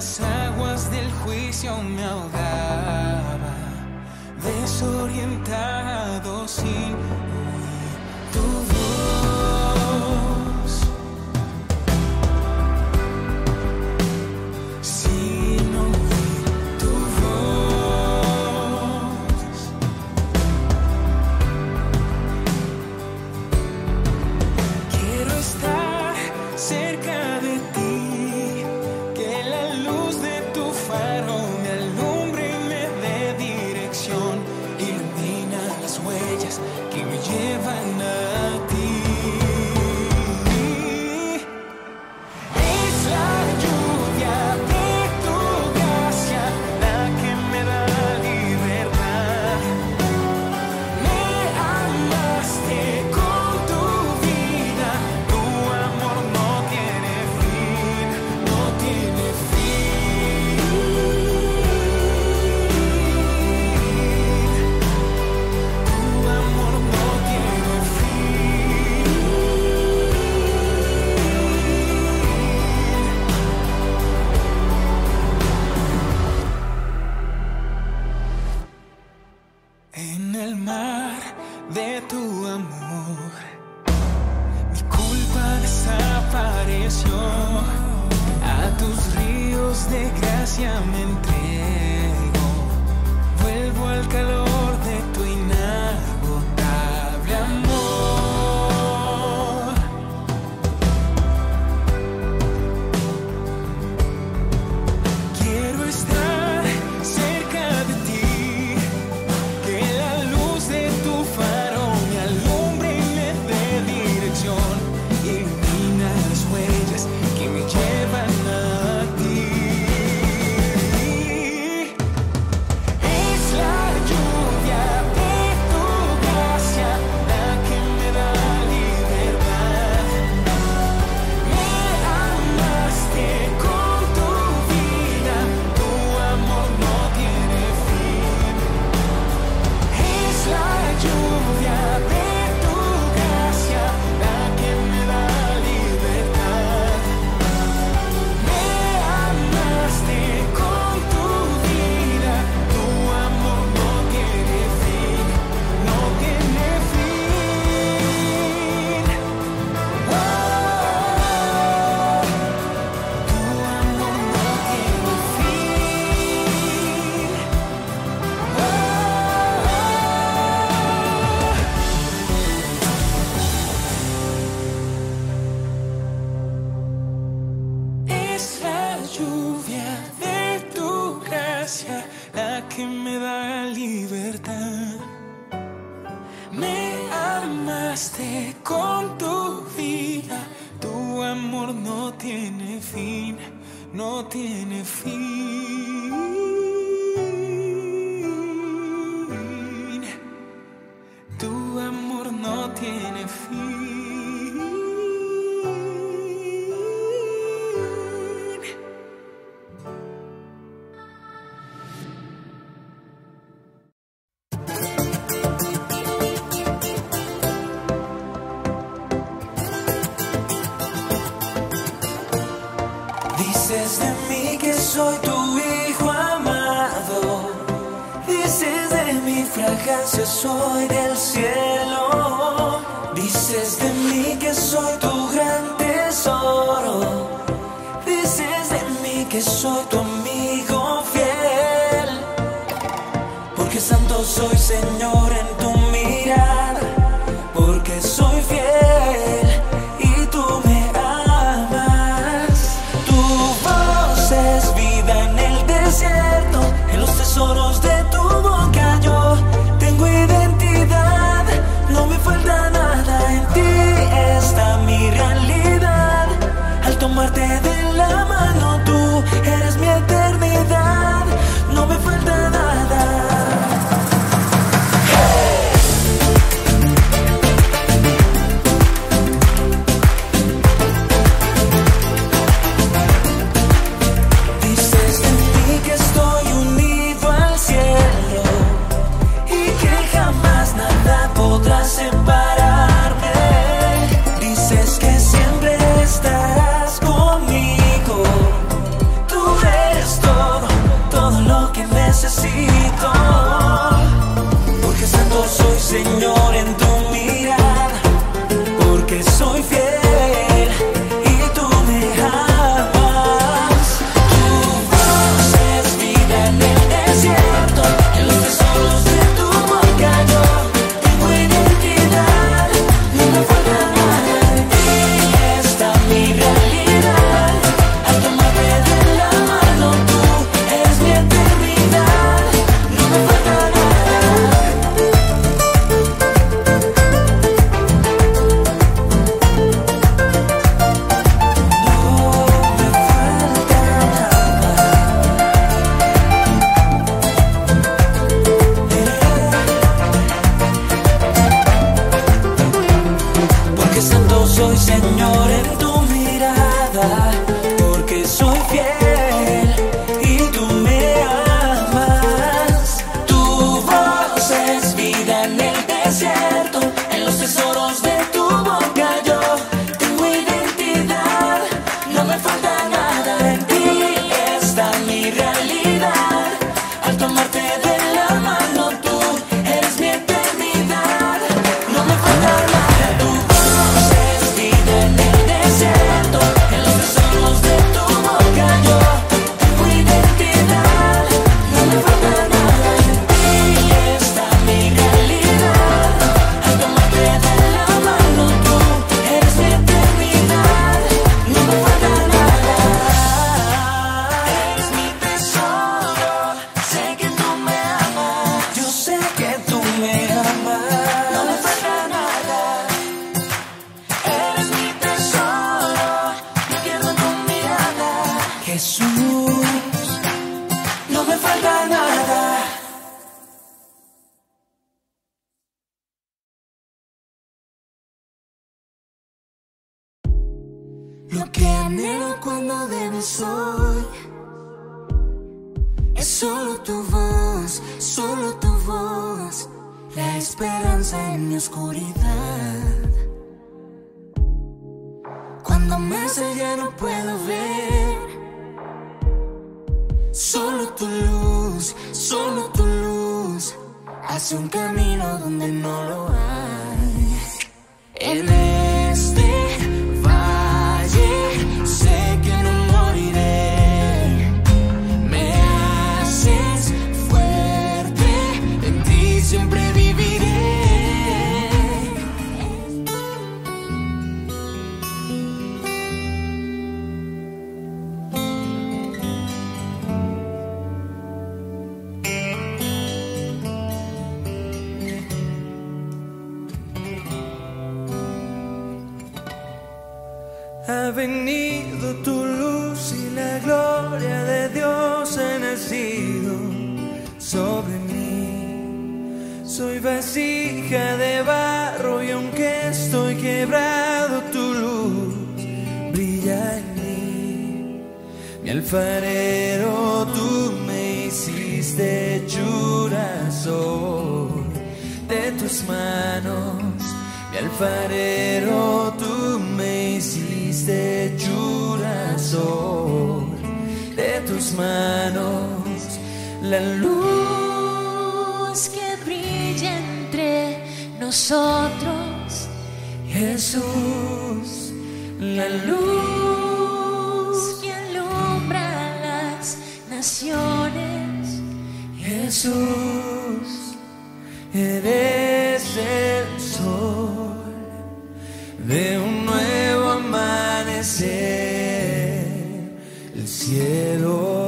las aguas del juicio me ahogaba, desorientado sin oír tu voz, sin oír tu voz. Quiero estar cerca de ti, que la luz de tu faro me alumbre y me dé dirección, ilumina las huellas que me llevan a ti. Es la lluvia de tu gracia la que me da libertad. Me amaste con tu vida, tu amor no tiene fin, no tiene fin. Tu amor no tiene fin. En el mar de tu amor, mi culpa desapareció. A tus ríos de gracia me entrego. Vuelvo al calor de tu inagotable amor. Quiero estar cerca de ti, que la luz de tu faro me alumbre y me dé dirección, ilumina las huellas que me llevan a ti. Es la lluvia de tu gracia la que me da libertad. Me amaste con tu vida, tu amor no tiene fin. Es la lluvia de tu gracia la que me da libertad. Me amaste con tu vida, tu amor no tiene fin, no tiene fin. Oh, tu amor no tiene fin. Es la lluvia de tu gracia la que me da libertad. Me amaste con tu vida, tu amor no tiene fin, no tiene fin. Tu amor no tiene fin. Dices de mí que soy tu hijo amado, dices de mi fragancia soy del cielo, dices de mí que soy tu gran tesoro, dices de mí que soy tu amigo fiel, porque santo soy, Señor, en tu mirada, porque soy fiel y tú me amas. Tu voz es vida en el desierto, en los tesoros de tu boca yo tengo identidad, no me falta nada, en ti está mi realidad. Al tomarte de la mano tú eres mi eternidad. tanto soy señor en tu mirada, porque soy fiel y tú me amas. Tu voz es vida en el desierto, en los tesoros de tu boca yo tengo identidad. No me falta nada, en ti está mi realidad. Al tomarte de la mano tú eres mi eternidad. No me falta nada, tu voz es vida en el desierto, en los tesoros de tu boca yo tengo identidad. No me falta nada, en ti está mi realidad. Al tomarte de la mano tú eres mi eternidad. No me falta nada, eres mi tesoro. Sé que tú me amas, yo sé que tú me amas. No me falta nada, eres mi tesoro. Me pierdo en tu mirada, Jesús. No me falta nada. Lo que anhelo cuando de mí soy es solo tu voz, la esperanza en mi oscuridad. Cuando me hace ya no puedo ver, solo tu luz hace un camino donde no lo hay. En este valle sé que no moriré, me haces fuerte, en ti siempre viviré. Ha venido tu luz y la gloria de Dios ha nacido sobre mí. Soy vasija de barro y aunque estoy quebrado, tu luz brilla en mí. Mi alfarero, tú me hiciste hechura soy de tus manos. Mi alfarero, tú me hiciste hechura soy de tus manos. La luz que brilla entre nosotros, Jesús. La luz que alumbra las naciones, Jesús. Eres el sol de un nuevo amanecer, el cielo.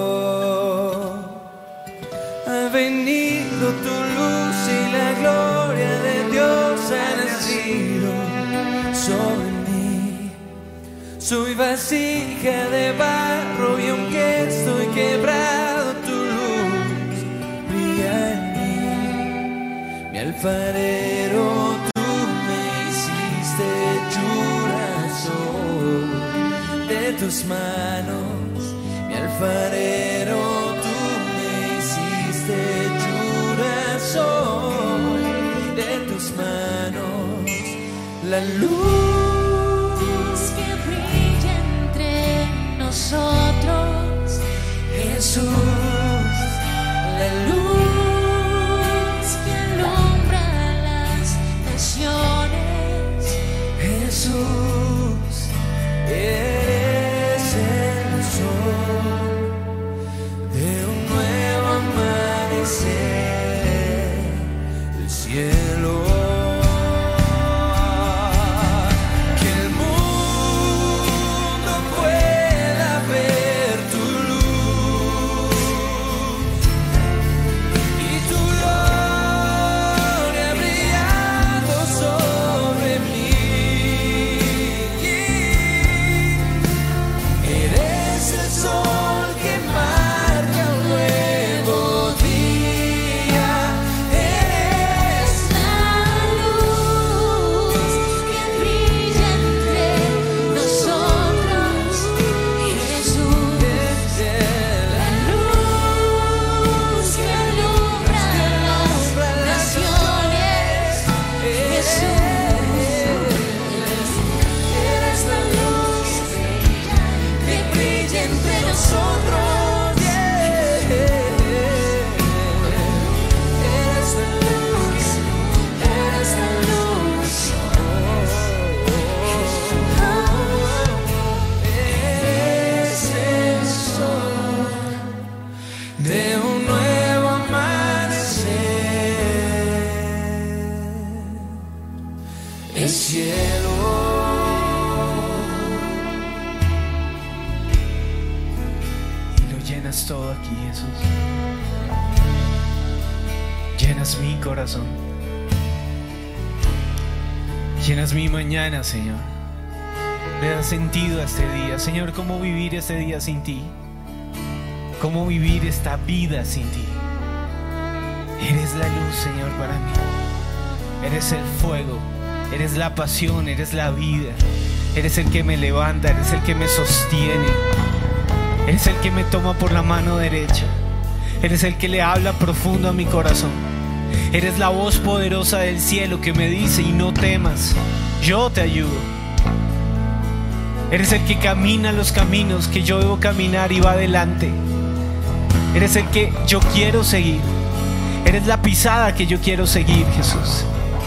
Ha venido tu luz y la gloria de Dios ha nacido sobre mí. Soy vasija de barro y aunque estoy quebrado, tu luz brilla en mí. Mi alfarero, tú me hiciste hechura soy de tus manos. Mi alfarero, tú me hiciste hechura soy de tus manos. La luz que brilla entre nosotros, Jesús. La luz que alumbra las naciones, Jesús. Eres el sol de un nuevo amanecer, el cielo. Que el mundo pueda ver tu luz. llenas todo aquí, Jesús. Llenas mi corazón. Llenas mi mañana, Señor. Le das sentido a este día. Señor, ¿cómo vivir este día sin ti? ¿Cómo vivir esta vida sin ti? Eres la luz, Señor, para mí. Eres el fuego. Eres la pasión. Eres la vida. Eres el que me levanta. Eres el que me sostiene. Eres el que me toma por la mano derecha. Eres el que le habla profundo a mi corazón. Eres la voz poderosa del cielo que me dice: y no temas, yo te ayudo. Eres el que camina los caminos que yo debo caminar y va adelante. Eres el que yo quiero seguir. Eres la pisada que yo quiero seguir, Jesús.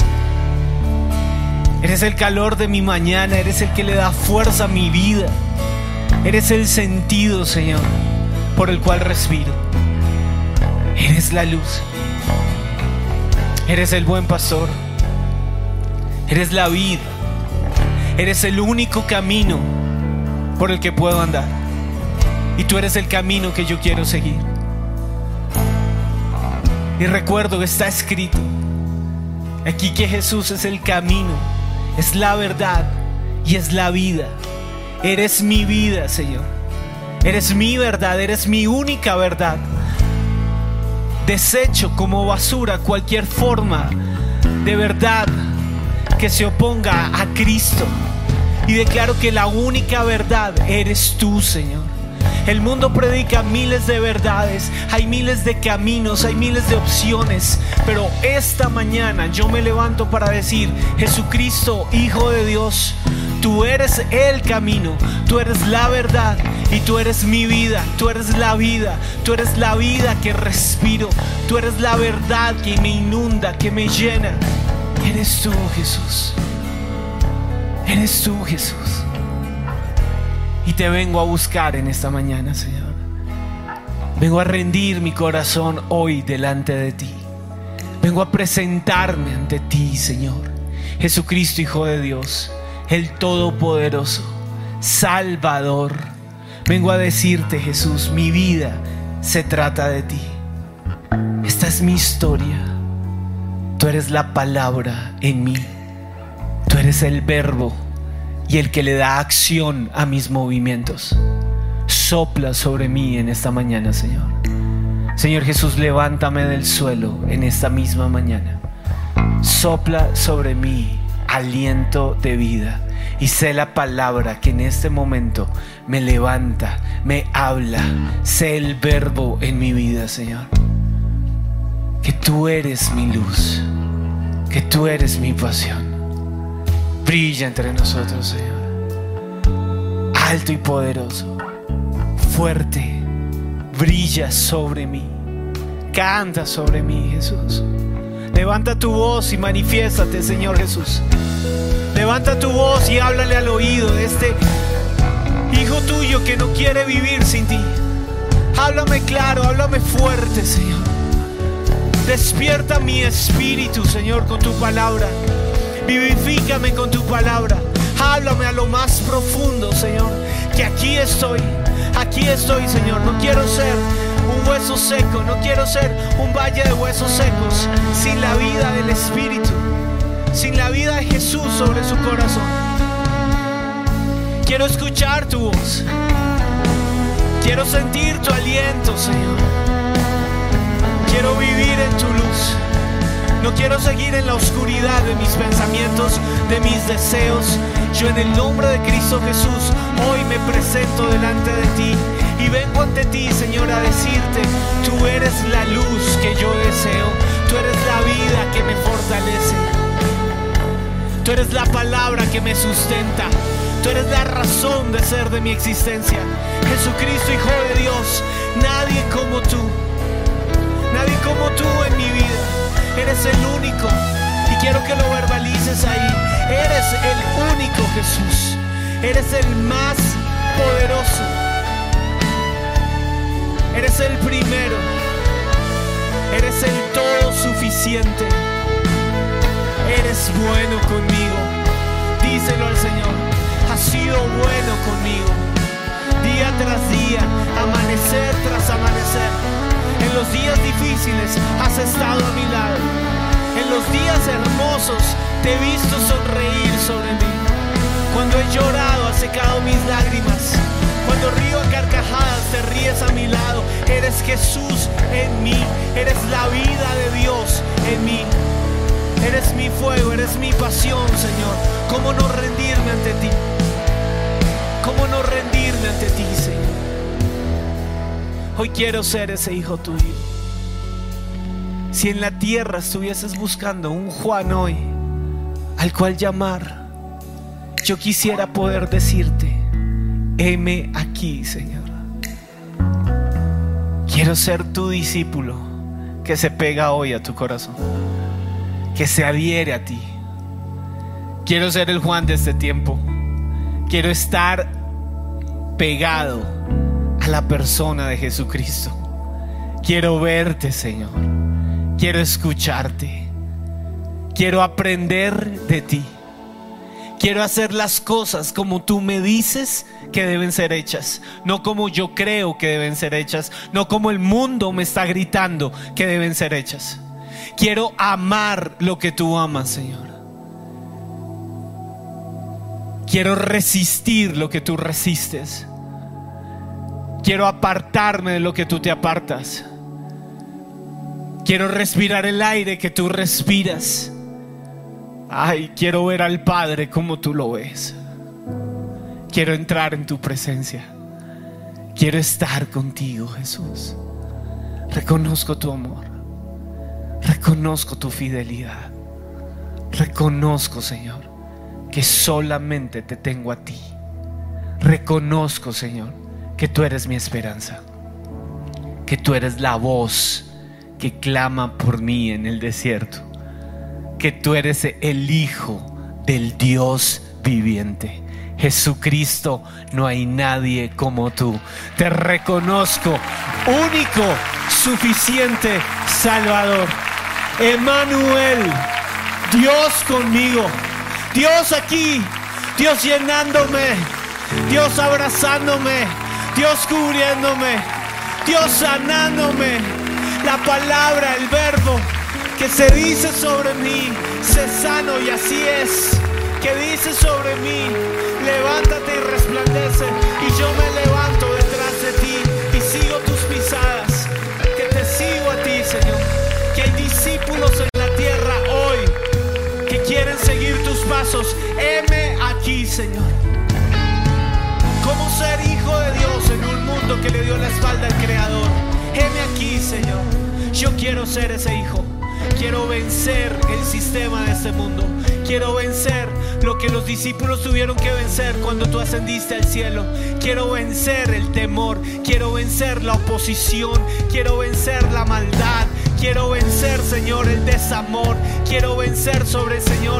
Eres el calor de mi mañana. Eres el que le da fuerza a mi vida. Eres el sentido, Señor, por el cual respiro. Eres la luz. Eres el buen pastor. Eres la vida. Eres el único camino por el que puedo andar. Y tú eres el camino que yo quiero seguir. Y recuerdo que está escrito aquí que Jesús es el camino, es la verdad y es la vida. Eres mi vida, Señor. Eres mi verdad, eres mi única verdad. Desecho como basura cualquier forma de verdad que se oponga a Cristo. Y declaro que la única verdad eres tú, Señor. El mundo predica miles de verdades, hay miles de caminos, hay miles de opciones, pero esta mañana yo me levanto para decir: Jesucristo, Hijo de Dios, tú eres el camino, tú eres la verdad y tú eres mi vida, tú eres la vida, tú eres la vida que respiro, tú eres la verdad que me inunda, que me llena. Eres tú, Jesús. Eres tú, Jesús. Y te vengo a buscar en esta mañana, Señor. Vengo a rendir mi corazón hoy delante de ti. Vengo a presentarme ante ti, Señor. Jesucristo, Hijo de Dios, el Todopoderoso, Salvador. Vengo a decirte, Jesús, mi vida se trata de ti. Esta es mi historia. Tú eres la palabra en mí. Tú eres el verbo y el que le da acción a mis movimientos. Sopla sobre mí en esta mañana, Señor. Señor Jesús, levántame del suelo en esta misma mañana. Sopla sobre mí aliento de vida y sé la palabra que en este momento me levanta, me habla. Sé el verbo en mi vida, Señor. Que tú eres mi luz, que tú eres mi pasión. Brilla entre nosotros, Señor. Alto y poderoso, fuerte, brilla sobre mí. Canta sobre mí, Jesús. Levanta tu voz y manifiéstate, Señor Jesús. Levanta tu voz y háblale al oído de este hijo tuyo que no quiere vivir sin ti. Háblame claro, háblame fuerte, Señor. Despierta mi espíritu, Señor, con tu palabra. Vivifícame con tu palabra. Háblame a lo más profundo, Señor. Que aquí estoy, Señor. No quiero ser un hueso seco, no quiero ser un valle de huesos secos. Sin la vida del Espíritu, sin la vida de Jesús sobre su corazón. Quiero escuchar tu voz. Quiero sentir tu aliento, Señor. Quiero vivir en tu luz. No quiero seguir en la oscuridad de mis pensamientos, de mis deseos. Yo en el nombre de Cristo Jesús hoy me presento delante de ti y vengo ante ti, Señor, a decirte: tú eres la luz que yo deseo, tú eres la vida que me fortalece, tú eres la palabra que me sustenta, tú eres la razón de ser de mi existencia. Jesucristo, Hijo de Dios, nadie como tú en mi vida. Eres el único y quiero que lo verbalices ahí. Eres el único, Jesús. Eres el más poderoso. Eres el primero. Eres el todo suficiente. Eres bueno conmigo. Díselo al Señor. Has sido bueno conmigo. día tras día, amanecer tras amanecer. En los días difíciles has estado a mi lado. En los días hermosos te he visto sonreír sobre mí. Cuando he llorado has secado mis lágrimas. Cuando río a carcajadas te ríes a mi lado. Eres Jesús en mí, eres la vida de Dios en mí. Eres mi fuego, eres mi pasión, Señor. ¿Cómo no rendirme ante ti? ¿Cómo no rendirme ante ti, Señor? Hoy quiero ser ese hijo tuyo. Si en la tierra estuvieses buscando un Juan hoy al cual llamar, yo quisiera poder decirte: heme aquí, Señor. Quiero ser tu discípulo que se pega hoy a tu corazón, que se adhiere a ti. Quiero ser el Juan de este tiempo. Quiero estar pegado a la persona de Jesucristo. Quiero verte, Señor. Quiero escucharte. Quiero aprender de ti. Quiero hacer las cosas como tú me dices que deben ser hechas, no como yo creo que deben ser hechas, no como el mundo me está gritando que deben ser hechas. Quiero amar lo que tú amas, Señor. Quiero resistir lo que tú resistes. Quiero apartarme de lo que tú te apartas. Quiero respirar el aire que tú respiras. Ay, quiero ver al Padre como tú lo ves. Quiero entrar en tu presencia. Quiero estar contigo, Jesús. Reconozco tu amor. Reconozco tu fidelidad. Reconozco, Señor, que solamente te tengo a ti. Reconozco, Señor, que tú eres mi esperanza. Que tú eres la voz que clama por mí en el desierto. Que tú eres el Hijo del Dios viviente. Jesucristo, no hay nadie como tú. Te reconozco, único, suficiente Salvador. Emmanuel, Dios conmigo, Dios aquí, Dios llenándome, Dios abrazándome, Dios cubriéndome, Dios sanándome. La palabra, el verbo que se dice sobre mí, sé sano, y así es. Que dice sobre mí: levántate y resplandece. Y yo me levanto detrás de ti y sigo tus pisadas. Que te sigo a ti, Señor. Que hay discípulos en la tierra hoy que quieren seguir tus pasos. Heme aquí, Señor. ¿Cómo ser hijo de Dios en un mundo que le dio la espalda al Creador? Heme aquí, Señor. Yo quiero ser ese hijo. Quiero vencer el sistema de este mundo. Quiero vencer lo que los discípulos tuvieron que vencer cuando tú ascendiste al cielo. Quiero vencer el temor. Quiero vencer la oposición. Quiero vencer la maldad. Quiero vencer, Señor, el desamor. Quiero vencer sobre, Señor,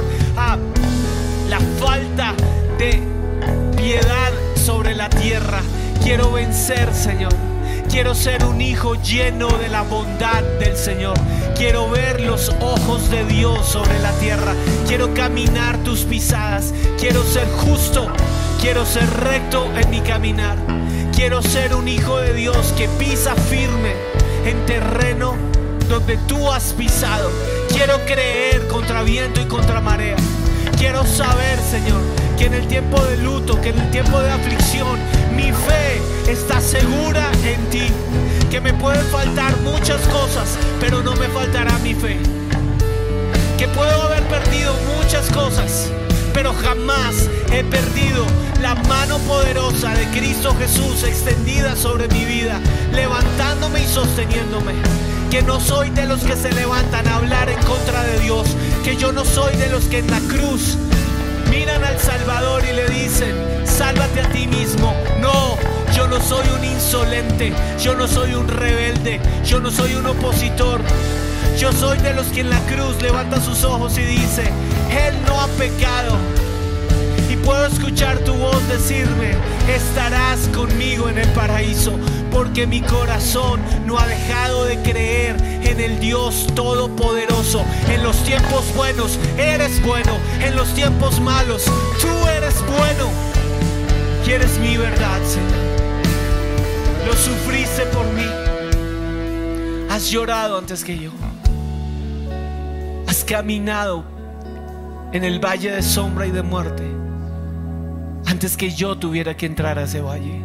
la falta de piedad sobre la tierra. Quiero vencer, Señor. Quiero ser un hijo lleno de la bondad del Señor. Quiero ver los ojos de Dios sobre la tierra. Quiero caminar tus pisadas. Quiero ser justo. Quiero ser recto en mi caminar. Quiero ser un hijo de Dios que pisa firme en terreno donde tú has pisado. Quiero creer contra viento y contra marea. Quiero saber, Señor, que en el tiempo de luto, que en el tiempo de aflicción, mi fe está segura en ti. Que me pueden faltar muchas cosas, pero no me faltará mi fe. Que puedo haber perdido muchas cosas, pero jamás he perdido la mano poderosa de Cristo Jesús extendida sobre mi vida, levantándome y sosteniéndome. Que no soy de los que se levantan a hablar en contra de Dios. Que yo no soy de los que en la cruz miran al Salvador y le dicen: sálvate a ti mismo. No, yo no soy un insolente. Yo no soy un rebelde. Yo no soy un opositor. Yo soy de los que en la cruz levanta sus ojos y dice: Él no ha pecado. Y puedo escuchar tu voz decirme: estarás conmigo en el paraíso. Porque mi corazón no ha dejado de creer en el Dios Todopoderoso. En los tiempos buenos eres bueno. En los tiempos malos tú eres bueno. Y eres mi verdad, Señor. sufriste por mí. Has llorado antes que yo. Has caminado en el valle de sombra y de muerte antes que yo tuviera que entrar a ese valle.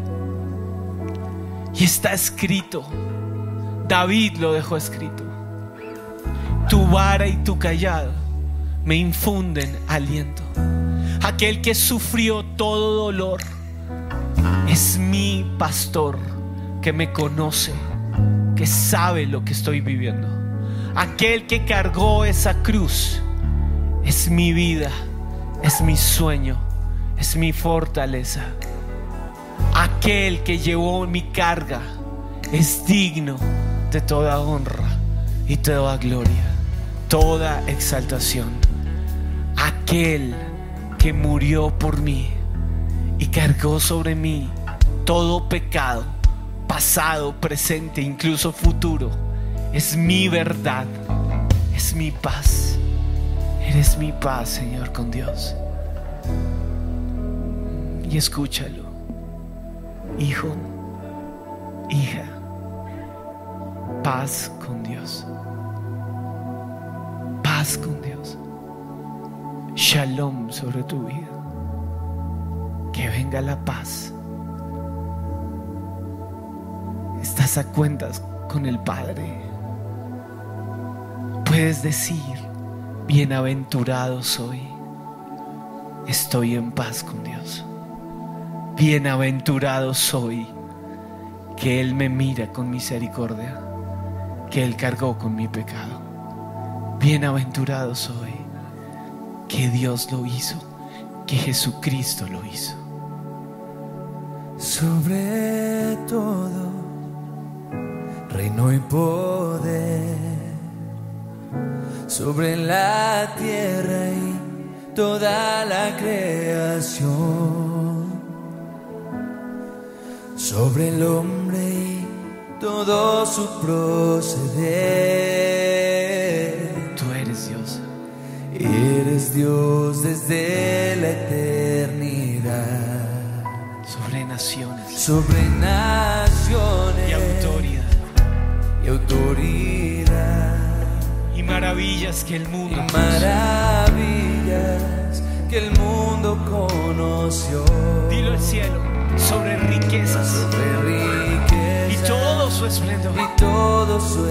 Y está escrito, David lo dejó escrito: tu vara y tu cayado me infunden aliento. Aquel que sufrió todo dolor es mi pastor, que me conoce, que sabe lo que estoy viviendo. Aquel que cargó esa cruz es mi vida, es mi sueño, es mi fortaleza. Aquel que llevó mi carga es digno de toda honra y toda gloria, toda exaltación. Aquel que murió por mí y cargó sobre mí todo pecado, pasado, presente, incluso futuro, es mi verdad, es mi paz. Eres mi paz, Señor, con Dios. Y escúchalo, hijo, hija, paz con Dios, paz con Dios, shalom sobre tu vida, que venga la paz. Estás a cuentas con el Padre. Puedes decir: bienaventurado soy, estoy en paz con Dios. Bienaventurado soy, que Él me mira con misericordia, que Él cargó con mi pecado. Bienaventurado soy, que Dios lo hizo, que Jesucristo lo hizo. Sobre todo reino y poder, sobre la tierra y toda la creación, sobre el hombre y todo su proceder. Tú eres Dios. Eres Dios desde la eternidad. Sobre naciones. Sobre naciones. Y autoridad. Y autoridad. Y maravillas que el mundo y maravillas que el mundo conoció. Dilo al cielo. Sobre riquezas. Sobre riquezas. Y todo su esplendor. Y todo su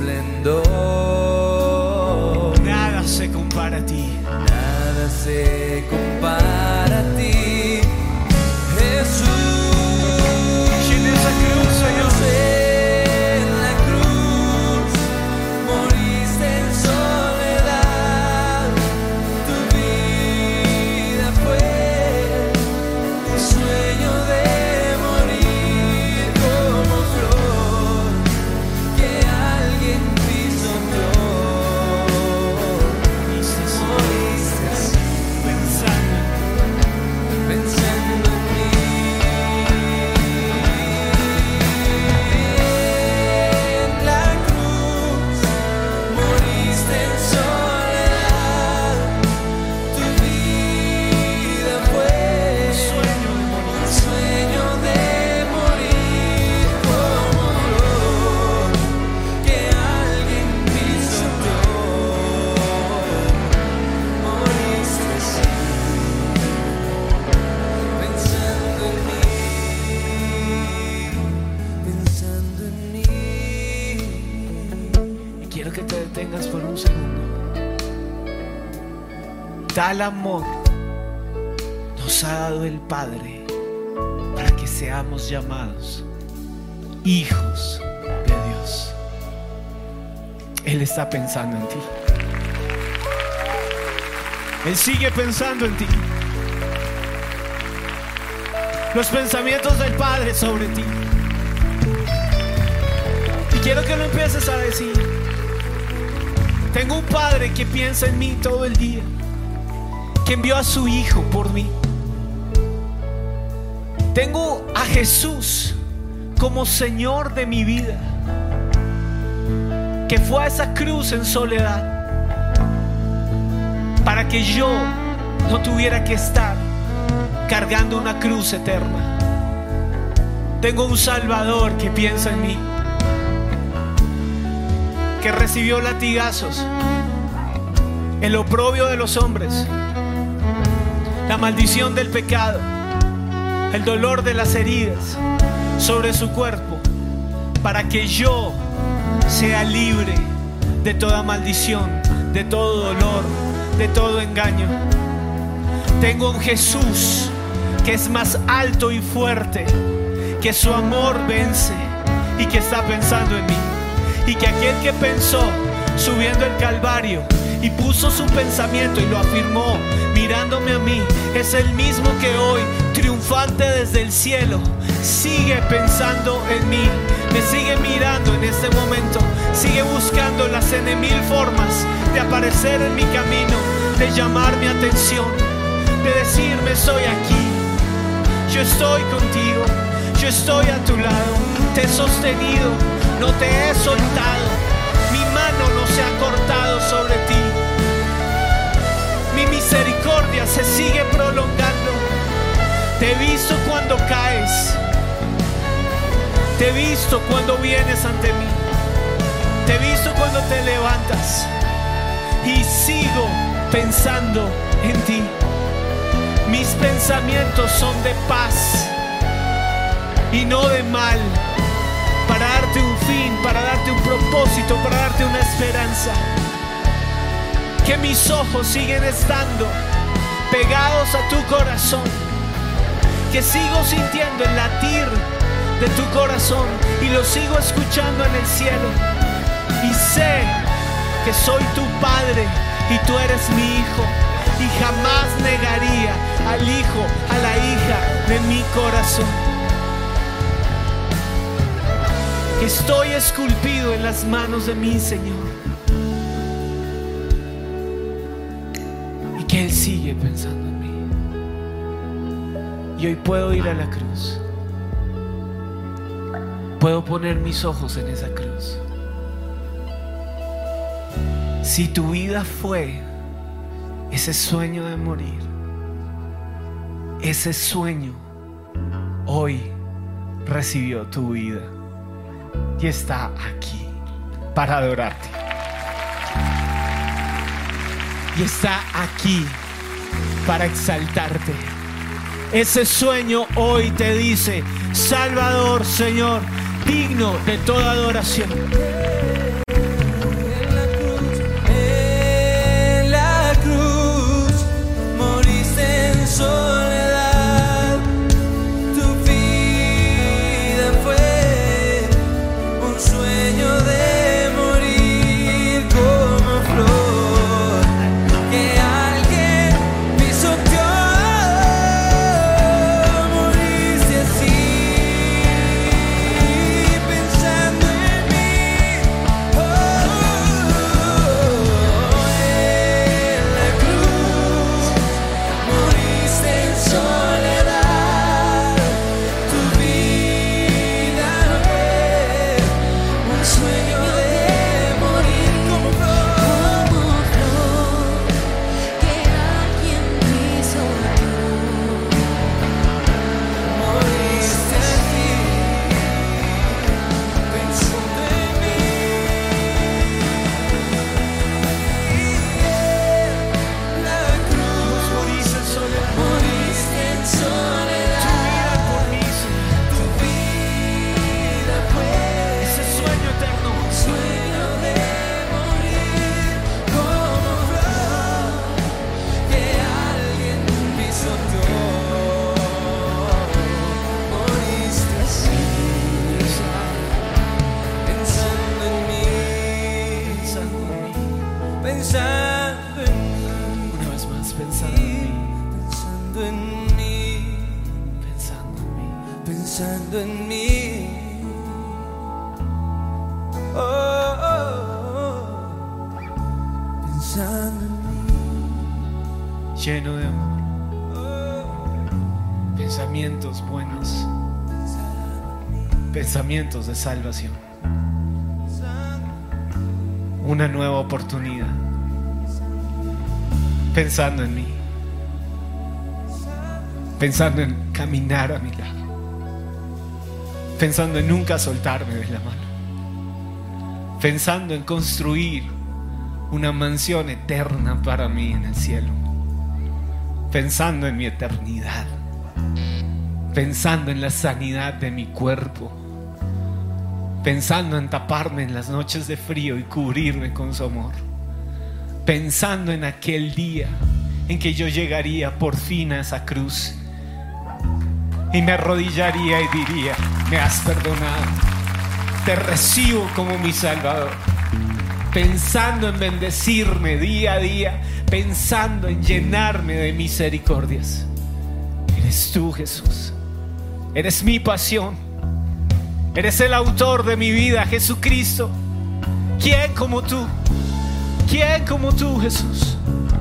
esplendor. Nada se compara a ti. Nada se compara a ti, Jesús. Y en esa cruz, Señor, en la cruz moriste en soledad. Tu vida fue el sueño de morir como flor que alguien pisoteó. Moriste así, pensando en mí. En la cruz moriste en soledad. Tu vida fue el sueño de morir como flor que alguien pisoteó. Moriste así, pensando en mí, pensando en mí. y quiero que te detengas por un segundo. Tal amor nos ha dado el Padre para que seamos llamados hijos de Dios. Él está pensando en ti. Él sigue pensando en ti. Los pensamientos del Padre sobre ti. Y quiero que lo empieces a decir. Tengo un Padre que piensa en mí todo el día, que envió a su Hijo por mí. Tengo a Jesús como Señor de mi vida, que fue a esa cruz en soledad para que yo no tuviera que estar cargando una cruz eterna. Tengo un Salvador que piensa en mí, que recibió latigazos, el oprobio de los hombres, la maldición del pecado, el dolor de las heridas sobre su cuerpo, para que yo sea libre de toda maldición, de todo dolor, de todo engaño. Tengo un Jesús que es más alto y fuerte, que su amor vence y que está pensando en mí. Y que aquel que pensó subiendo el Calvario y puso su pensamiento y lo afirmó mirándome a mí, es el mismo que hoy, triunfante desde el cielo, sigue pensando en mí, me sigue mirando en este momento, sigue buscando las mil formas de aparecer en mi camino, de llamar mi atención, de decirme: estoy aquí, yo estoy contigo, yo estoy a tu lado, te he sostenido, no te he soltado, mi mano no se ha cortado sobre ti, mi misericordia se sigue prolongando. Te he visto cuando caes, te he visto cuando vienes ante mí, te he visto cuando te levantas, y sigo pensando en ti. Mis pensamientos son de paz y no de mal, para darte un fin, para darte un propósito, para darte una esperanza. Que mis ojos siguen estando pegados a tu corazón, que sigo sintiendo el latir de tu corazón y lo sigo escuchando en el cielo, y sé que soy tu padre y tú eres mi hijo, y jamás negaría al hijo, a la hija de mi corazón. Estoy esculpido en las manos de mi Señor, y que Él sigue pensando en mí. Y hoy puedo ir a la cruz, puedo poner mis ojos en esa cruz. Si tu vida fue ese sueño de morir, ese sueño hoy recibió tu vida y está aquí para adorarte. Y está aquí para exaltarte. Ese sueño hoy te dice: Salvador, Señor, digno de toda adoración. Pensando en mí, pensando en mí, lleno de amor, pensamientos buenos, pensamientos de salvación, una nueva oportunidad, pensando en mí, pensando en caminar a mi lado, pensando en nunca soltarme de la mano, pensando en construir una mansión eterna para mí en el cielo, pensando en mi eternidad, pensando en la sanidad de mi cuerpo, pensando en taparme en las noches de frío y cubrirme con su amor, pensando en aquel día en que yo llegaría por fin a esa cruz y me arrodillaría y diría: me has perdonado, te recibo como mi Salvador. Pensando en bendecirme día a día, pensando en llenarme de misericordias. Eres tú, Jesús. Eres mi pasión. Eres el autor de mi vida, Jesucristo. ¿Quién como tú? ¿Quién como tú, Jesús?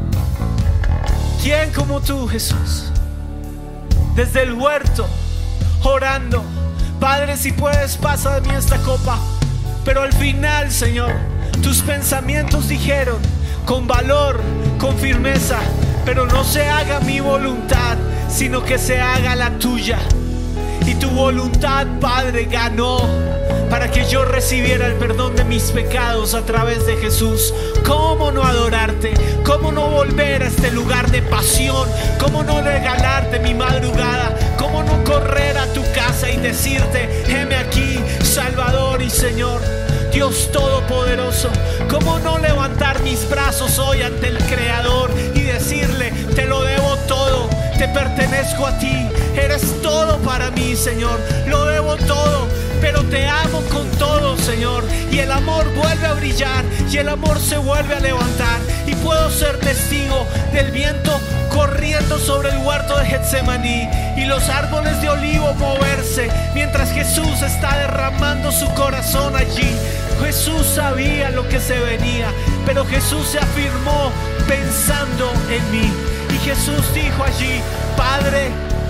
¿Quién como tú, Jesús? Desde el huerto, orando: Padre, si puedes, pasa de mí esta copa. Pero al final, Señor, tus pensamientos dijeron con valor, con firmeza: pero no se haga mi voluntad, sino que se haga la tuya. Y tu voluntad, Padre, ganó para que yo recibiera el perdón de mis pecados a través de Jesús. ¿Cómo no adorarte? ¿Cómo no volver a este lugar de pasión? ¿Cómo no regalarte mi madrugada? ¿Cómo no correr a tu casa y decirte: heme aquí, Salvador y Señor, Dios Todopoderoso? ¿Cómo no levantar mis brazos hoy ante el Creador y decirle: te lo debo todo, te pertenezco a ti, eres todo para mí, Señor, lo debo todo, pero te amo con todo, Señor? Y el amor vuelve a brillar y el amor se vuelve a levantar, y puedo ser testigo del viento corriendo sobre el huerto de Getsemaní y los árboles de olivo moverse mientras Jesús está derramando su corazón allí. Jesús sabía lo que se venía, pero Jesús se afirmó pensando en mí. Y Jesús dijo allí: Padre,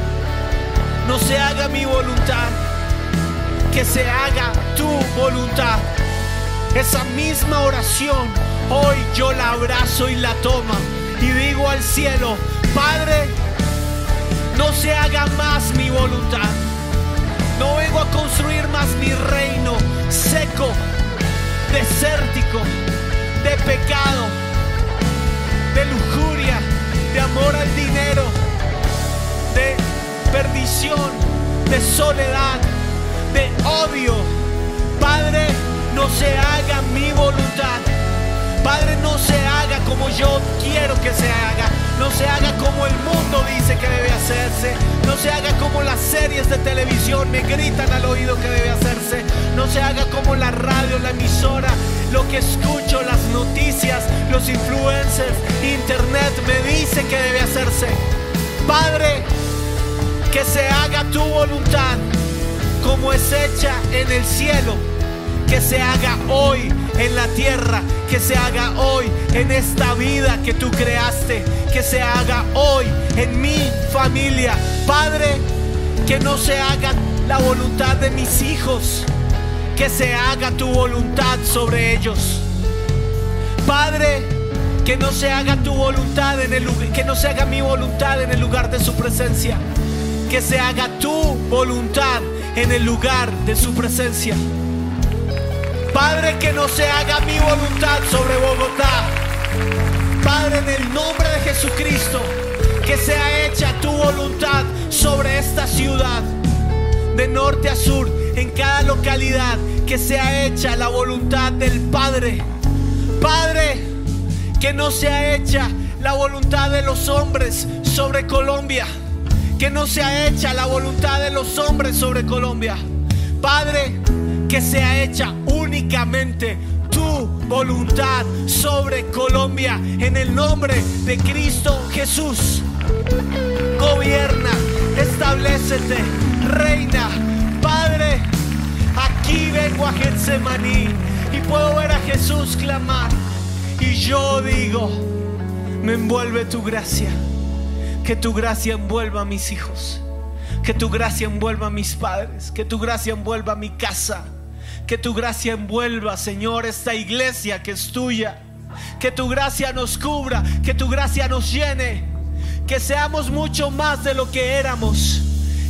no se haga mi voluntad, que se haga tu voluntad. Esa misma oración hoy yo la abrazo y la tomo y digo al cielo: Padre, no se haga más mi voluntad. No vengo a construir más mi reino seco, desértico, de pecado, de lujuria, de amor al dinero, de perdición, de soledad, de odio. Padre, no se haga mi voluntad. Padre, no se haga como yo quiero que se haga. No se haga como el mundo dice que debe hacerse. No se haga como las series de televisión me gritan al oído que debe hacerse. No se haga como la radio, la emisora, lo que escucho, las noticias, los influencers, internet me dice que debe hacerse. Padre, que se haga tu voluntad como es hecha en el cielo, que se haga hoy en la tierra, que se haga hoy en esta vida que tú creaste, que se haga hoy en mi familia. Padre, que no se haga la voluntad de mis hijos, que se haga tu voluntad sobre ellos. Padre, que no se haga tu voluntad en el lugar, que no se haga mi voluntad en el lugar de su presencia, que se haga tu voluntad en el lugar de su presencia. Padre, que no se haga mi voluntad sobre Bogotá. Padre, en el nombre de Jesucristo, que sea hecha tu voluntad sobre esta ciudad, de norte a sur, en cada localidad, que sea hecha la voluntad del Padre. Padre, que no sea hecha la voluntad de los hombres sobre Colombia, que no sea hecha la voluntad de los hombres sobre Colombia. Padre, que sea hecha únicamente tu voluntad sobre Colombia, en el nombre de Cristo Jesús. Gobierna, establécete, reina. Padre, aquí vengo a Getsemaní y puedo ver a Jesús clamar, y yo digo: me envuelve tu gracia, que tu gracia envuelva a mis hijos, que tu gracia envuelva a mis padres, que tu gracia envuelva a mi casa, que tu gracia envuelva, Señor, esta iglesia que es tuya, que tu gracia nos cubra, que tu gracia nos llene, que seamos mucho más de lo que éramos,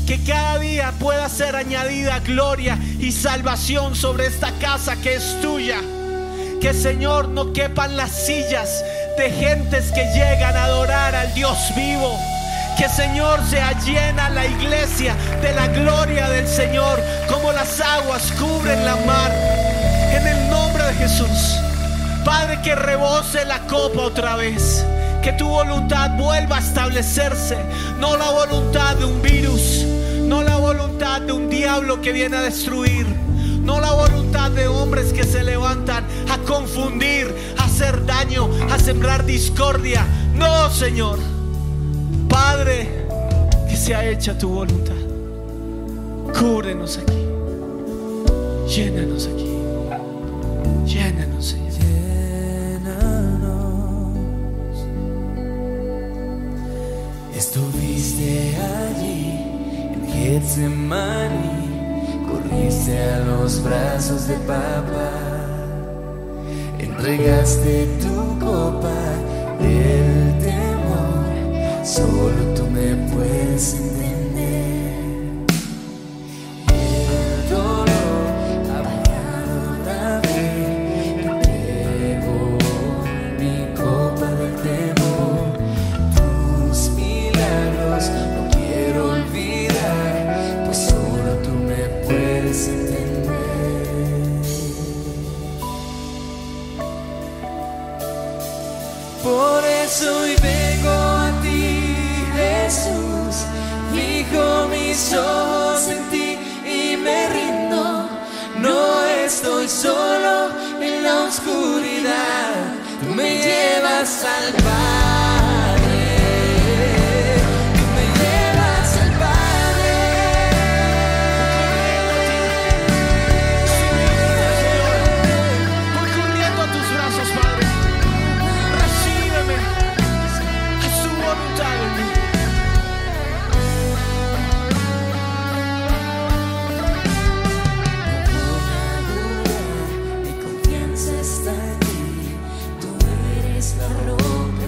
Que cada día pueda ser añadida gloria y salvación sobre esta casa que es tuya. Que, Señor, no quepan las sillas de gentes que llegan a adorar al Dios vivo. Que, Señor, sea llena la iglesia de la gloria del Señor, como las aguas cubren la mar. En el nombre de Jesús, Padre, que rebose la copa otra vez. Que tu voluntad vuelva a establecerse. No la voluntad de un virus, no la voluntad de un diablo que viene a destruir, no la voluntad de hombres que se levantan a confundir, a hacer daño, a sembrar discordia. No, Señor. Padre, que sea hecha tu voluntad. Cúbrenos aquí, llénanos aquí, llénanos, Señor. Estuviste allí en Getsemaní, corriste a los brazos de papá, entregaste tu copa del temor, solo tú me puedes entender. El dolor ha bañado la fe, te entrego mi copa del temor. No quiero olvidar, pues solo tú me puedes entender. Por eso hoy vengo a ti, Jesús. Fijo mis ojos en ti y me rindo. No estoy solo en la oscuridad, tú me llevas al Padre. La roca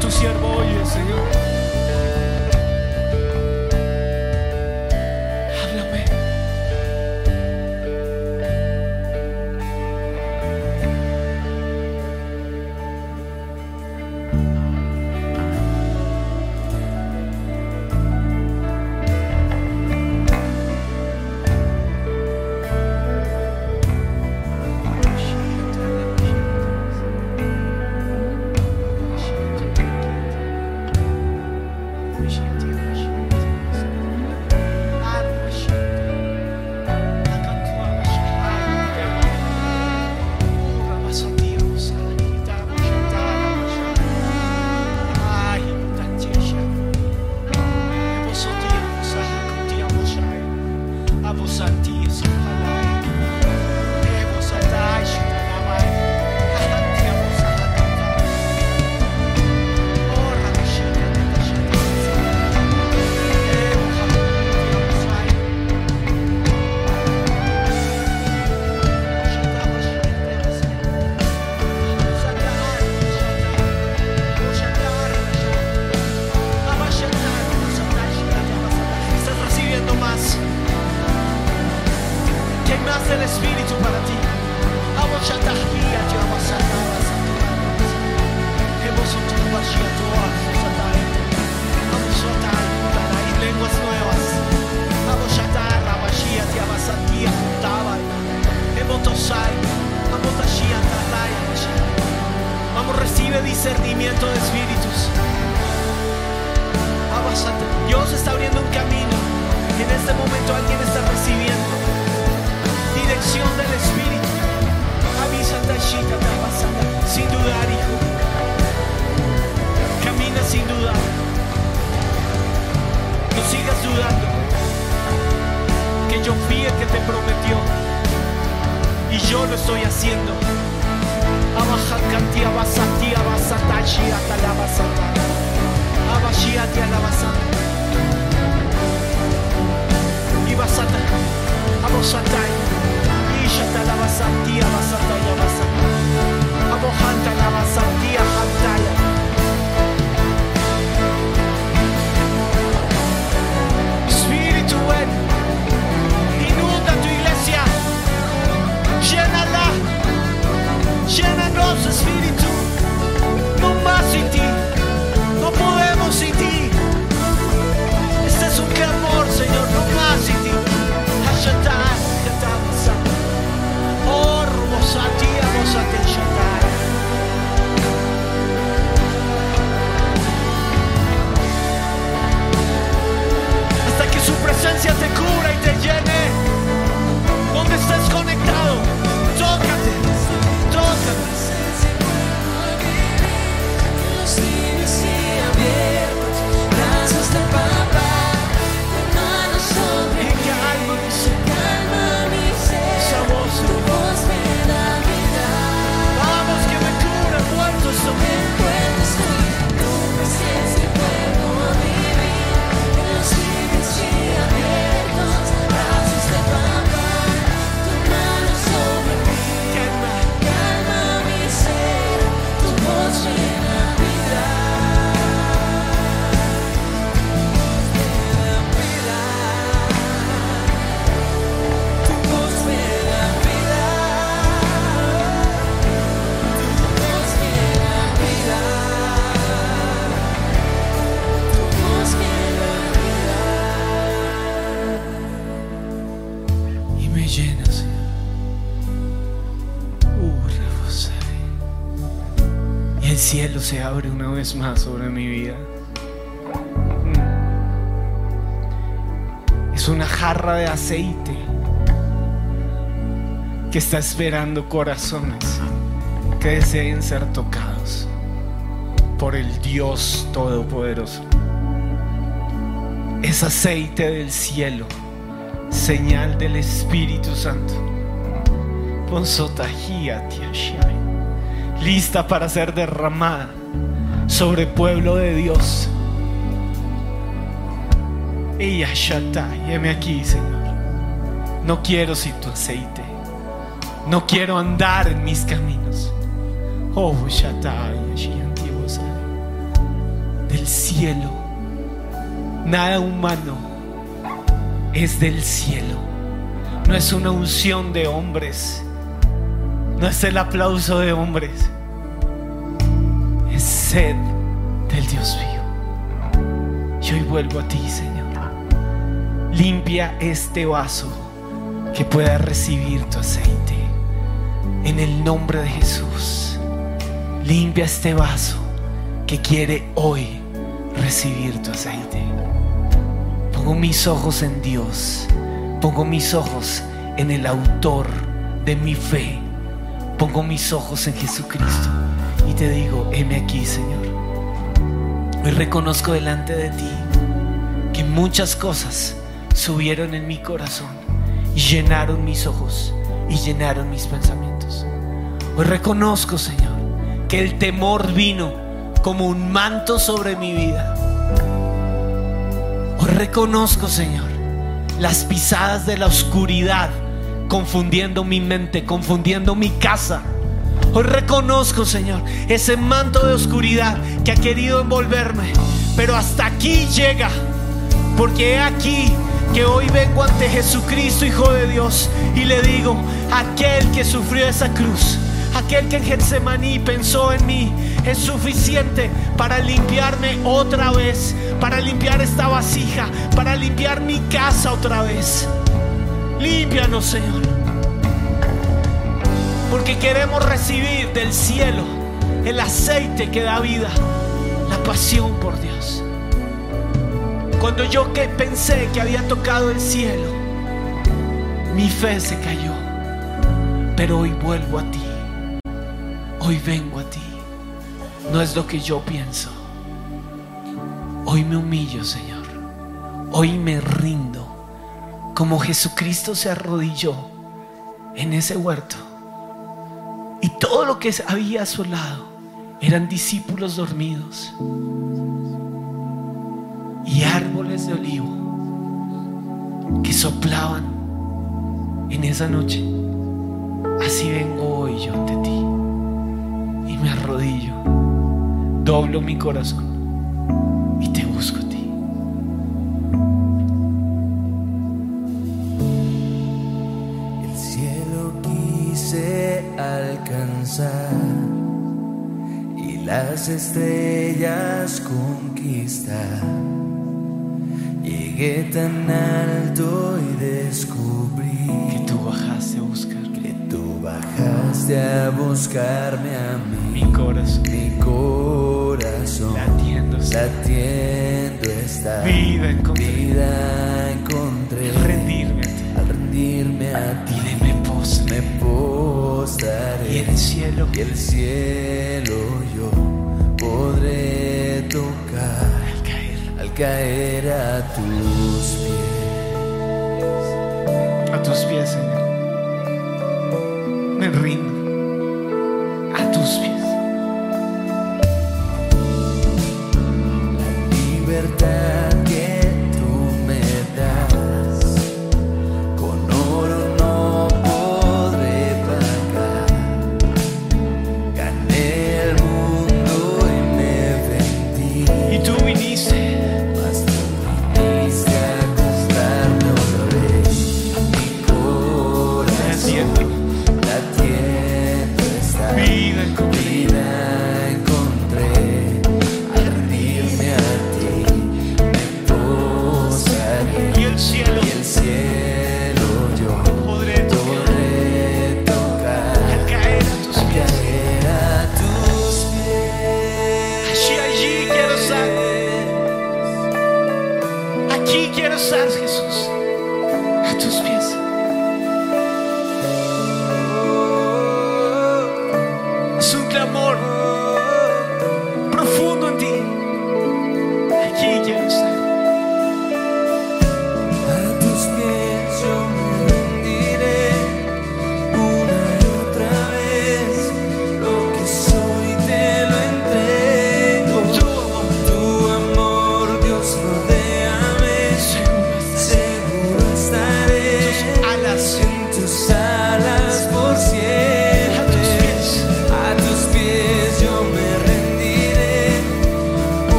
tu siervo oye, Señor. Háblame. Del Espíritu para ti. Lenguas nuevas. Vamos, recibe discernimiento de espíritus. Dios está abriendo un camino. En este momento alguien está recibiendo dirección del Espíritu. Sin dudar, hijo. Camina sin dudar. No sigas dudando. Que yo fui el que te prometió y yo lo estoy haciendo. Espíritu bueno, inunda tu iglesia, llénala, llénanos, Espíritu. No más sin ti, no podemos sin ti. Este es un clamor, Señor, no más sin ti. Hasta que su presencia te cubra y te llene. Donde estés conectado, tócate, tócate. Los cielos y abiertos, brazos del Papá, manos sobre mí, calma mi ser, Esa voz, tu voz me da vida. vamos, que me cubra, muerto estoy. Encuentro estoy, tu presencia puedo vivir. En los cielos y abiertos, brazos del Papá, tu mano sobre mí, calma mi ser, tu voz me da vida. Tu voz me da vida. Tu voz me da vida. Tu voz me da vida. Y me llenas, Señor. Y el cielo se abre una vez más sobre mi vida. Es una jarra de aceite que está esperando corazones que deseen ser tocados por el Dios Todopoderoso. Es aceite del cielo, señal del Espíritu Santo. Lista para ser derramada sobre pueblo de Dios. Y heme aquí, Señor. No quiero sin tu aceite. No quiero andar en mis caminos. Oh, del cielo. Nada humano es del cielo. No es una unción de hombres. No es el aplauso de hombres. Es sed del Dios vivo. Y hoy vuelvo a ti, Señor. Limpia este vaso que pueda recibir tu aceite. En el nombre de Jesús. Limpia este vaso que quiere hoy recibir tu aceite. Pongo mis ojos en Dios. Pongo mis ojos en el autor de mi fe. Pongo mis ojos en Jesucristo y te digo, heme aquí, Señor. Hoy reconozco delante de ti que muchas cosas subieron en mi corazón y llenaron mis ojos y llenaron mis pensamientos. Hoy reconozco, Señor, que el temor vino como un manto sobre mi vida. Hoy reconozco, Señor, las pisadas de la oscuridad confundiendo mi mente, confundiendo mi casa. Hoy reconozco, Señor, ese manto de oscuridad que ha querido envolverme, pero hasta aquí llega, porque he aquí que hoy vengo ante Jesucristo, Hijo de Dios, y le digo, aquel que sufrió esa cruz, aquel que en Getsemaní pensó en mí, es suficiente para limpiarme otra vez, para limpiar esta vasija, para limpiar mi casa otra vez. Límpianos, Señor, porque queremos recibir del cielo el aceite que da vida, la pasión por Dios. Cuando yo pensé que había tocado el cielo, mi fe se cayó, pero hoy vuelvo a ti, hoy vengo a ti. No es lo que yo pienso. Hoy me humillo, Señor, hoy me rindo. Como Jesucristo se arrodilló en ese huerto y todo lo que había a su lado eran discípulos dormidos y árboles de olivo que soplaban en esa noche. Así vengo hoy yo ante ti y me arrodillo, doblo mi corazón y te busco a ti. Alcanzar y las estrellas conquistar. Llegué tan alto y descubrí que tú bajaste a buscar, que tú bajaste a buscarme a mí. Mi corazón latiendo está. Vida encontré al rendirme a ti. Me postraré y el cielo yo podré tocar al caer a tus pies, Señor. Me rindo a tus pies. La libertad que tú me das, con oro no podré pagar. Gané el mundo y me vendí. Y tú viniste, mas tú viniste a comprarme otra vez. Mi corazón latiendo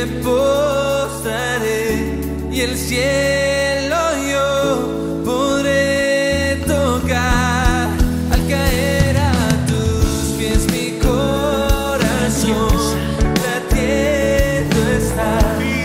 postraré y el cielo yo podré tocar. Al caer a tus pies mi corazón latiendo está.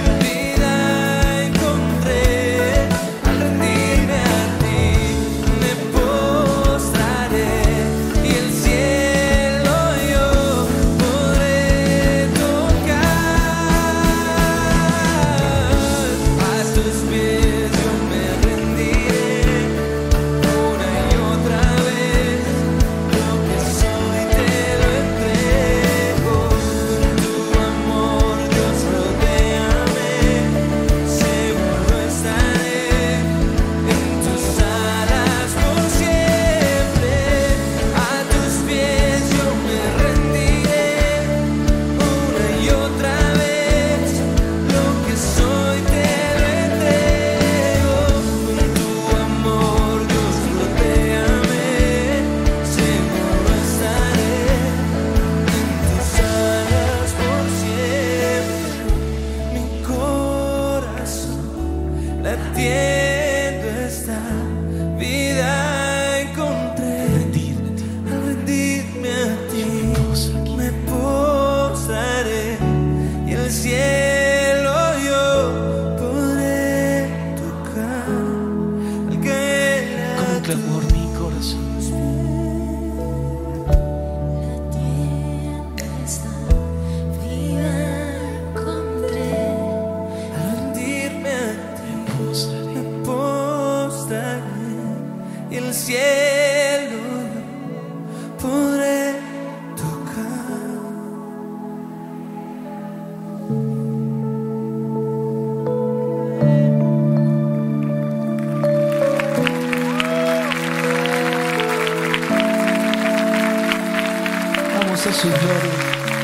Su gloria,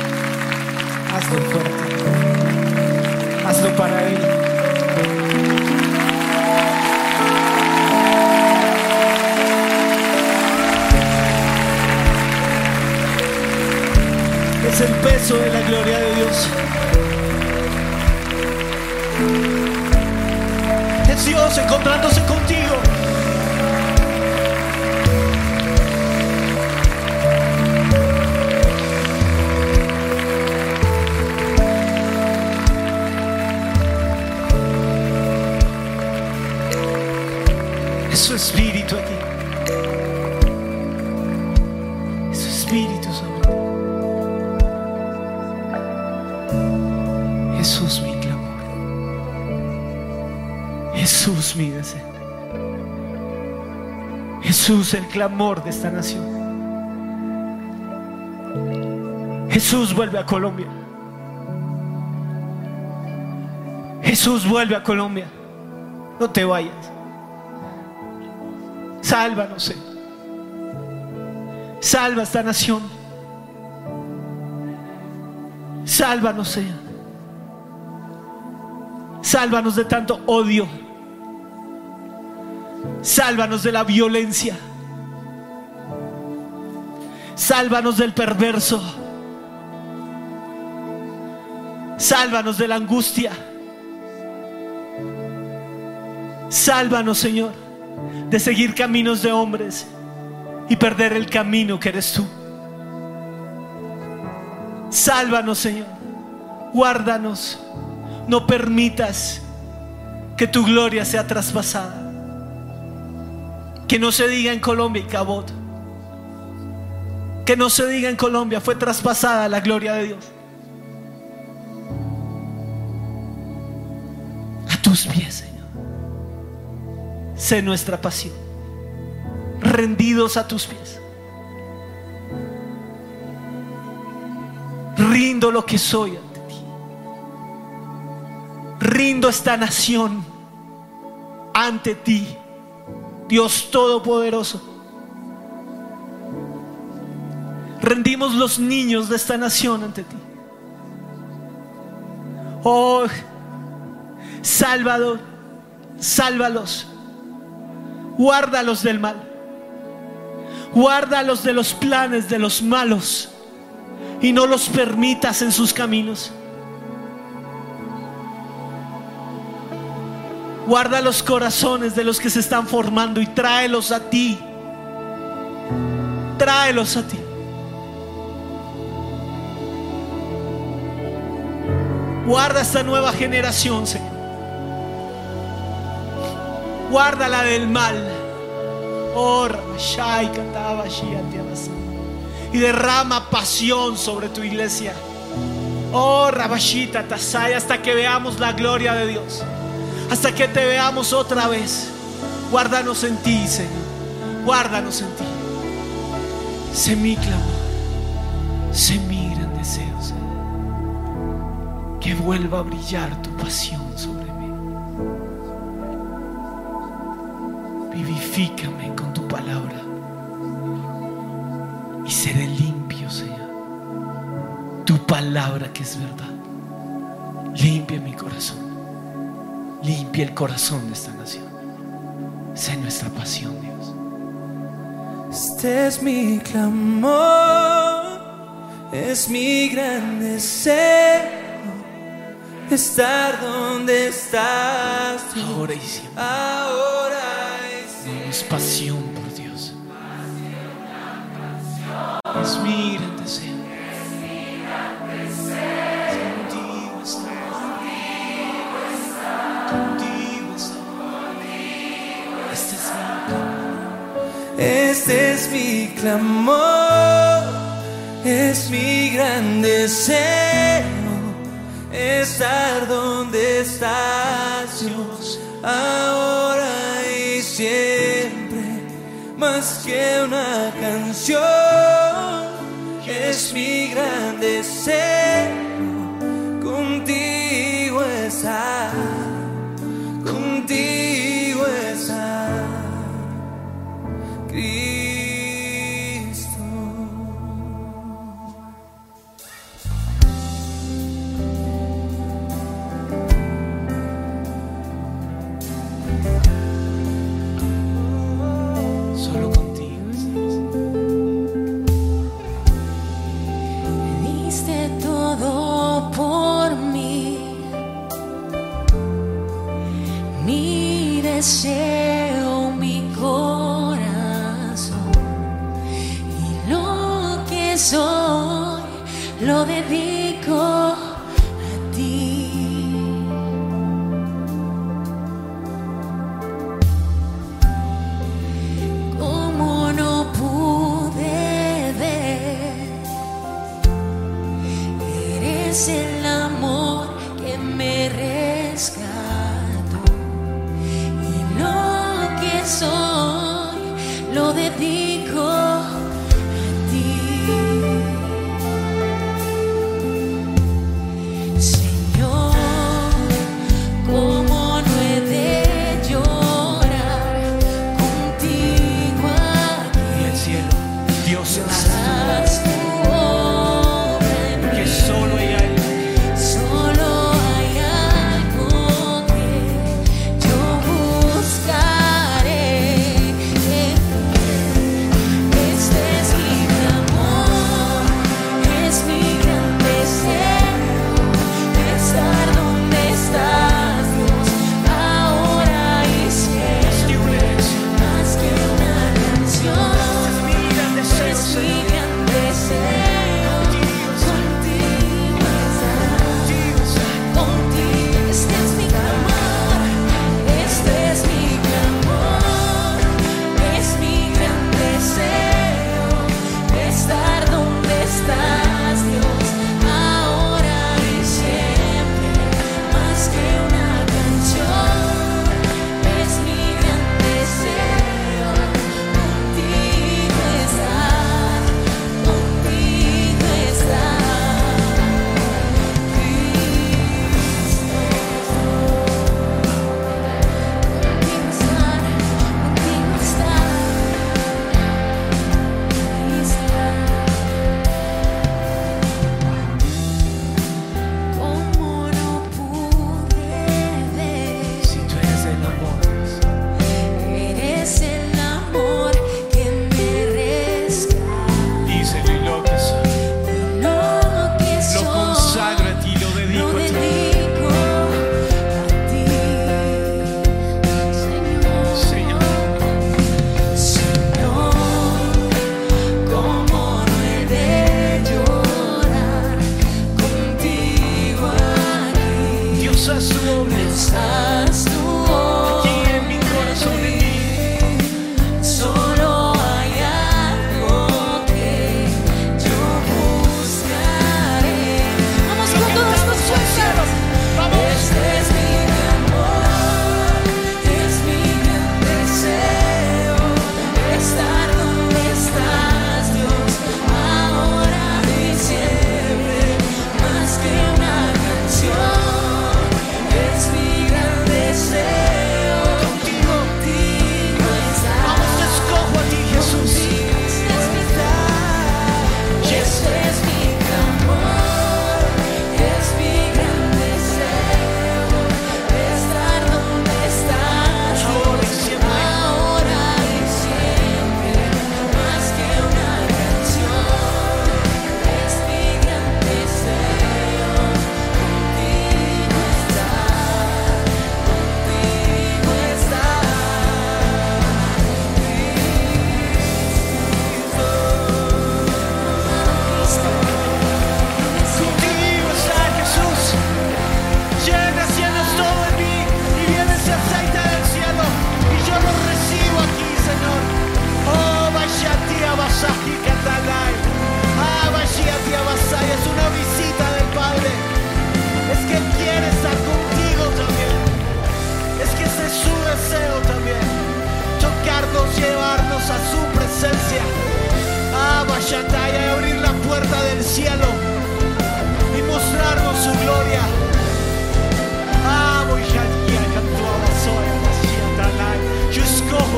hazlo fuerte, hazlo para Él. Es el peso de la gloria de Dios. Es Dios encontrándose contigo. Su espíritu aquí, su espíritu sobre ti. Jesús, mi clamor, Jesús, mi deseo, Jesús, el clamor de esta nación. Jesús, vuelve a Colombia. Jesús, vuelve a Colombia. No te vayas. Sálvanos, Señor. Salva a esta nación. Sálvanos, Señor. Sálvanos de tanto odio. Sálvanos de la violencia. Sálvanos del perverso. Sálvanos de la angustia. Sálvanos, Señor, de seguir caminos de hombres y perder el camino que eres tú. Sálvanos, Señor. Guárdanos. No permitas que tu gloria sea traspasada. Que no se diga en Colombia y Cabot. Que no se diga en Colombia fue traspasada la gloria de Dios. A tus pies, Señor. Sé nuestra pasión, rendidos a tus pies. Rindo lo que soy ante ti. Rindo esta nación ante ti, Dios Todopoderoso. Rendimos los niños de esta nación ante ti. Oh, Salvador, sálvalos. Guárdalos del mal. Guárdalos de los planes de los malos y no los permitas en sus caminos. Guarda los corazones de los que se están formando y tráelos a ti. Tráelos a ti. Guarda esta nueva generación, Señor. Guárdala del mal. Oh, y derrama pasión sobre tu iglesia. Oh, Rabashita Tasaya, hasta que veamos la gloria de Dios. Hasta que te veamos otra vez. Guárdanos en ti, Señor. Guárdanos en ti. Sé mi clamor. Sé mi gran deseo, Señor. Que vuelva a brillar tu pasión sobre mí. Vivifícame con tu palabra. Y seré limpio, Señor. Tu palabra que es verdad. Limpia mi corazón. Limpia el corazón de esta nación. Sé nuestra pasión, Dios. Este es mi clamor, es mi gran deseo, estar donde estás tú. Ahora y siempre. Ahora y siempre. Es pasión por Dios. Es mi gran deseo. Contigo estar. Este es mi clamor, es mi gran deseo, estar donde estás, Dios, ahora y siempre, más que una canción, es mi gran deseo, contigo estar, contigo estar. Cristo. Solo contigo. Diste todo por mí, mi deseo, mi corazón. Soy, lo dedico a ti. Como no pude ver, eres el amor que me rescató. Y lo que soy, lo dedico a ti.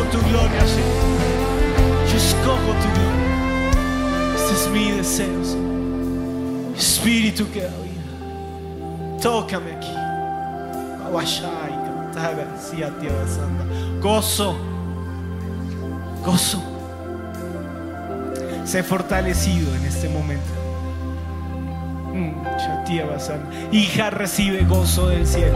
tu gloria, Señor. Yo escojo tu gloria. Este es mi deseo, Señor. Espíritu que da vida, tócame aquí. Awashai, cantaga, sí, a Tierra Santa. Gozo, gozo. Sé fortalecido en este momento. Hija, recibe gozo del cielo.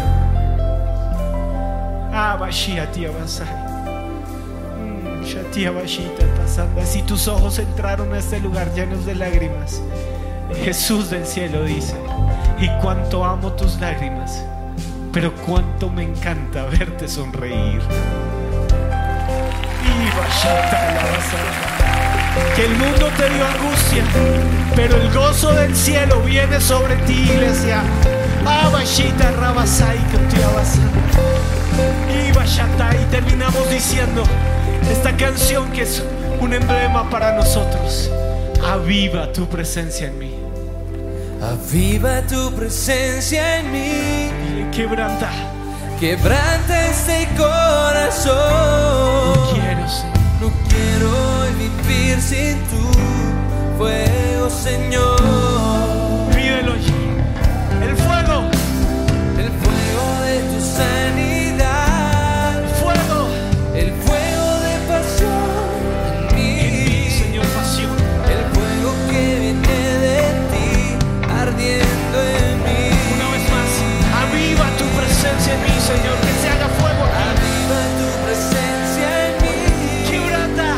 Si tus ojos entraron a este lugar llenos de lágrimas, Jesús del cielo dice: y cuánto amo tus lágrimas, pero cuánto me encanta verte sonreír. Que el mundo te dio angustia, pero el gozo del cielo viene sobre ti, iglesia. Y terminamos diciendo esta canción que es un emblema para nosotros: aviva tu presencia en mí. Aviva tu presencia en mí. Quebranta, quebranta este corazón. No quiero, Señor. No quiero vivir sin tu fuego, Señor. Pídelo allí. El fuego de tu sanidad. El fuego de pasión en mí, Señor, pasión. El fuego que viene de ti, ardiendo en mí. Una vez más, aviva tu presencia en mí, Señor, que se haga fuego aquí. Aviva tu presencia en mí. Quebranta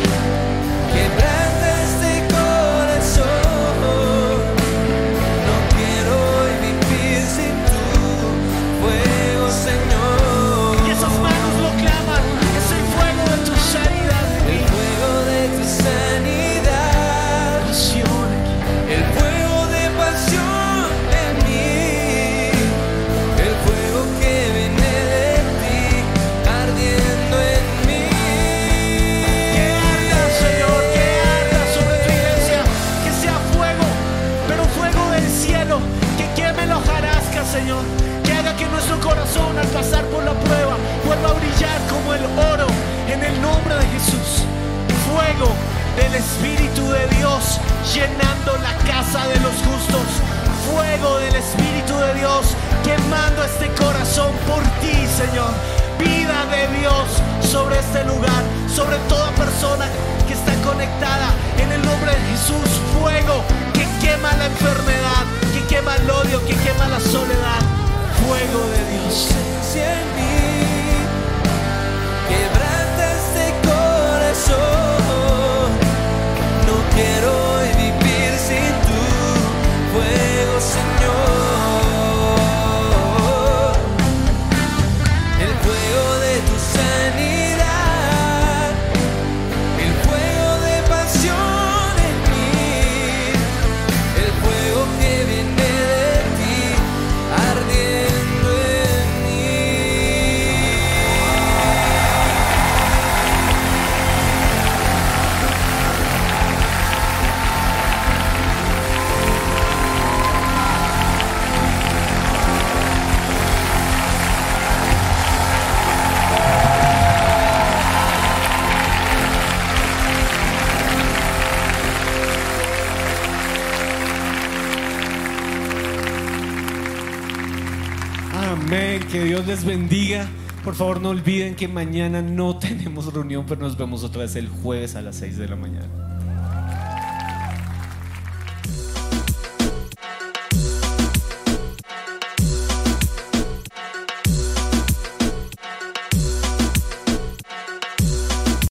este corazón. No quiero vivir sin tu fuego, Señor. Y esas manos lo claman: es el fuego de tu sanidad en mí. El fuego de tu sanidad. Pasión aquí. El fuego de pasión en mí. El fuego que viene de ti, ardiendo en mí. Que arda, Señor, que arda sobre tu iglesia. Que sea fuego, pero fuego del cielo. Que queme la hojarasca, Señor. Que haga que nuestro corazón, al pasar por la prueba, vuelva a brillar como el oro, en el nombre de Jesús. Fuego del Espíritu de Dios llenando la casa de los justos. Fuego del Espíritu de Dios quemando este corazón por ti, Señor. Vida de Dios sobre este lugar, sobre toda persona que está conectada, en el nombre de Jesús. Fuego que quema la enfermedad, que quema el odio, que quema la soledad. Fuego de Dios. Presencia en mí. Quebranta este corazón. No quiero vivir sin tu fuego, Señor. El fuego de tu sanidad. El fuego de pasión en mí. El fuego que viene de ti, ardiendo en mí. Amén, que Dios les bendiga. Por favor, no olviden que mañana no tenemos reunión, pero nos vemos otra vez el jueves a las 6 de la mañana.